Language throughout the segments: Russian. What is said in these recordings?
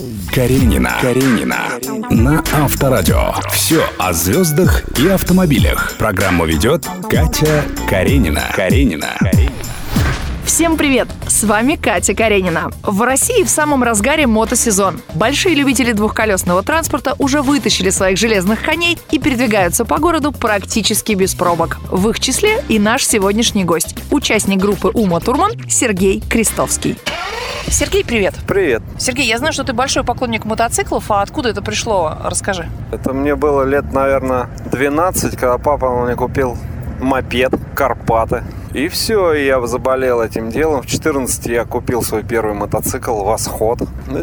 Каренина на Авторадио. Все о звездах и автомобилях. Программу ведет Катя Каренина. Всем привет! С вами Катя Каренина. В России в самом разгаре мотосезон. Большие любители двухколесного транспорта уже вытащили своих железных коней и передвигаются по городу практически без пробок. В их числе и наш сегодняшний гость, участник группы Uma Thurman Сергей Крестовский. Сергей, привет. Привет. Сергей, я знаю, что ты большой поклонник мотоциклов, а откуда это пришло? Расскажи. Это мне было лет, наверное, 12, когда папа мне купил мопед Карпаты. И все, я заболел этим делом. В 14 я купил свой первый мотоцикл «Восход».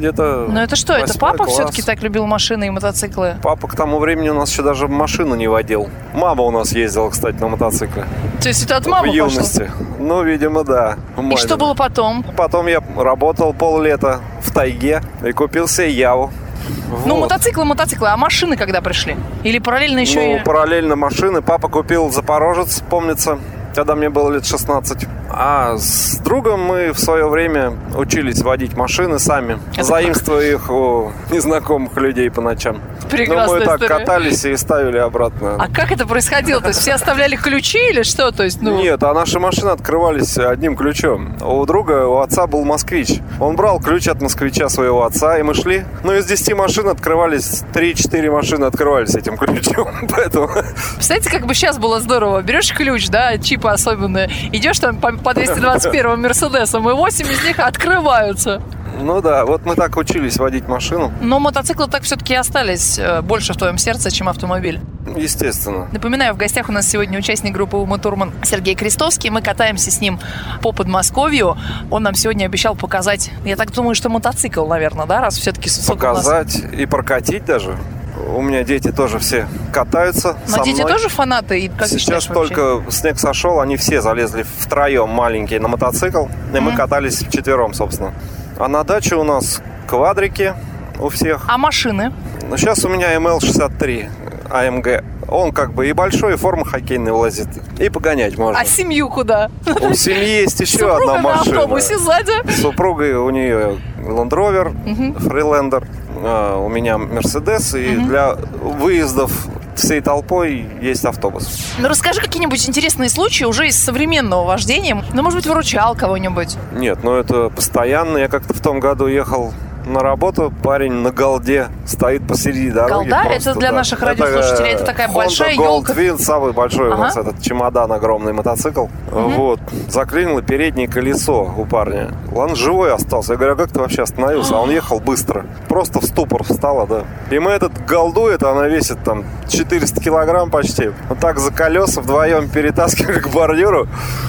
Ну это что, это папа класс. Все-таки так любил машины и мотоциклы? Папа к тому времени у нас еще даже машину не водил. Мама у нас ездила, кстати, на мотоцикле. То есть это от мамы в юности пошло? Ну, видимо, да. И что было потом? Потом я работал поллета в тайге и купил себе Яву. Ну, вот. мотоциклы, а машины когда пришли? Или параллельно еще параллельно машины. Папа купил «Запорожец», помнится, когда мне было лет 16. А с другом мы в свое время учились водить машины сами, заимствуя их у незнакомых людей по ночам. Прекрасная мы так история. Катались и ставили обратно. А как это происходило? То есть все оставляли ключи или что? То есть, Нет, а наши машины открывались одним ключом. У друга, у отца был «Москвич». Он брал ключ от «Москвича» своего отца, и мы шли. Ну, из 10 машин открывались, 3-4 машины открывались этим ключом. Поэтому... Представляете, как бы сейчас было здорово. Берешь ключ, да, чипы особенные, идешь там по 221-му Мерседесам, и 8 из них открываются. Ну да, вот мы так учились водить машину. Но мотоциклы так все-таки остались больше в твоем сердце, чем автомобиль. Естественно. Напоминаю, в гостях у нас сегодня участник группы Uma Thurman Сергей Крестовский. Мы катаемся с ним по Подмосковью. Он нам сегодня обещал показать, я так думаю, что мотоцикл, наверное, да, раз все-таки... Показать и прокатить даже. У меня дети тоже все катаются. Но дети тоже фанаты? И как сейчас только снег сошел, они все залезли втроем маленькие на мотоцикл, и мы катались вчетвером, собственно. А на даче у нас квадрики у всех. А машины? Ну, сейчас у меня МЛ-63 АМГ. Он как бы и большой, и форма хоккейная влазит. И погонять можно. А семью куда? У семьи есть еще одна машина. Супруга на автобусе сзади. Супруга, у нее Land Rover, Freelander. У меня Мерседес. И для выездов всей толпой есть автобус. Ну, расскажи какие-нибудь интересные случаи уже из современного вождения. Ну, может быть, выручал кого-нибудь? Нет, это постоянно. Я как-то в том году ехал на работу, парень на голде стоит посреди дороги. Голда? Просто, это для наших радиослушателей, это такая большая елка. Honda Goldwing, самый большой у нас этот чемодан, огромный мотоцикл. Вот. Заклинило переднее колесо у парня. Он живой остался. Я говорю, а как ты вообще остановился? А он ехал быстро. Просто в ступор встала, да. И мы голду, она весит там 400 килограмм почти. Вот так за колеса вдвоем перетаскивали к бордюру.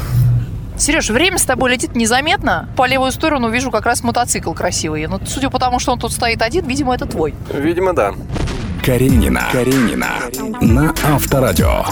Сереж, время с тобой летит незаметно. По левую сторону вижу как раз мотоцикл красивый. Но судя по тому, что он тут стоит один, видимо, это твой. Видимо, да. Каренина на Авторадио.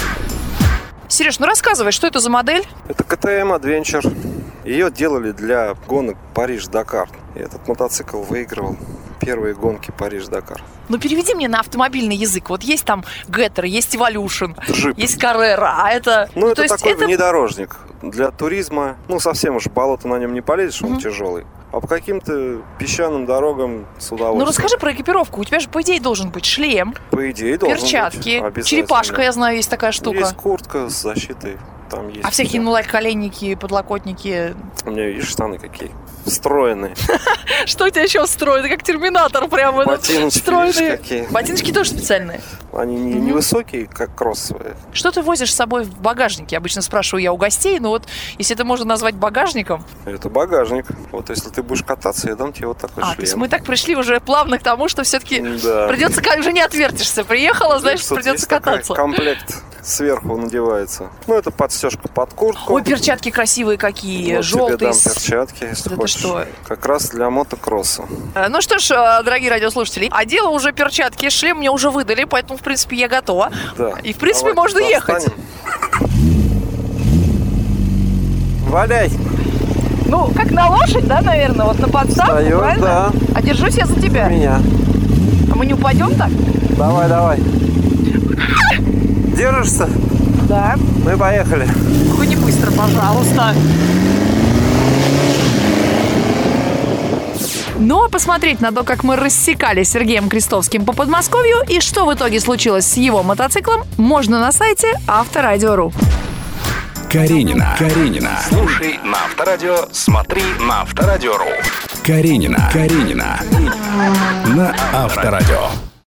Сереж, рассказывай, что это за модель? Это КТМ Adventure. Ее делали для гонок Париж-Дакар. И этот мотоцикл выигрывал первые гонки Париж-Дакар. Переведи мне на автомобильный язык. Вот есть там Getter, есть Evolution, Джип. есть Carrera, а это... это такой внедорожник для туризма. Совсем уж болото на нем не полезешь, он тяжелый. А по каким-то песчаным дорогам с удовольствием. Расскажи про экипировку. У тебя же, по идее, должен быть шлем. По идее, должен перчатки, быть. черепашка, я знаю, есть такая штука. Есть куртка с защитой. Там есть. А всякие, коленники, подлокотники? У меня, видишь, штаны какие встроенные. Что у тебя еще встроено? Как терминатор прямо. Ботиночки, встроенные. Какие. Ботиночки тоже специальные? Они не высокие, как кроссовые. Что ты возишь с собой в багажнике? Обычно спрашиваю я у гостей, но если это можно назвать багажником. Это багажник. Вот если ты будешь кататься, я дам тебе вот такой шлем. То есть мы так пришли уже плавно к тому, что все-таки придется, уже не отвертишься. Приехала, значит, придется кататься. Комплект сверху надевается. Это подстежка под куртку. Ой, перчатки красивые какие, желтые. Тебе дам перчатки, если хочешь. Что? Как раз для мотокросса. Ну что ж, дорогие радиослушатели, одела уже перчатки, шлем мне уже выдали, поэтому, в принципе, я готова. Да. И, в принципе, можно ехать. Валяй! Как на лошадь, да, наверное, вот на подставку, встаёт, правильно? Да. А держусь я за тебя. Меня. А мы не упадем так? Давай. Держишься? Да. Мы поехали. Только не быстро, пожалуйста. Ну а посмотреть на то, как мы рассекали с Сергеем Крестовским по Подмосковью и что в итоге случилось с его мотоциклом, можно на сайте Авторадио.ру. Каренина. Слушай на Авторадио, смотри на Авторадио.ру. Каренина. На Авторадио.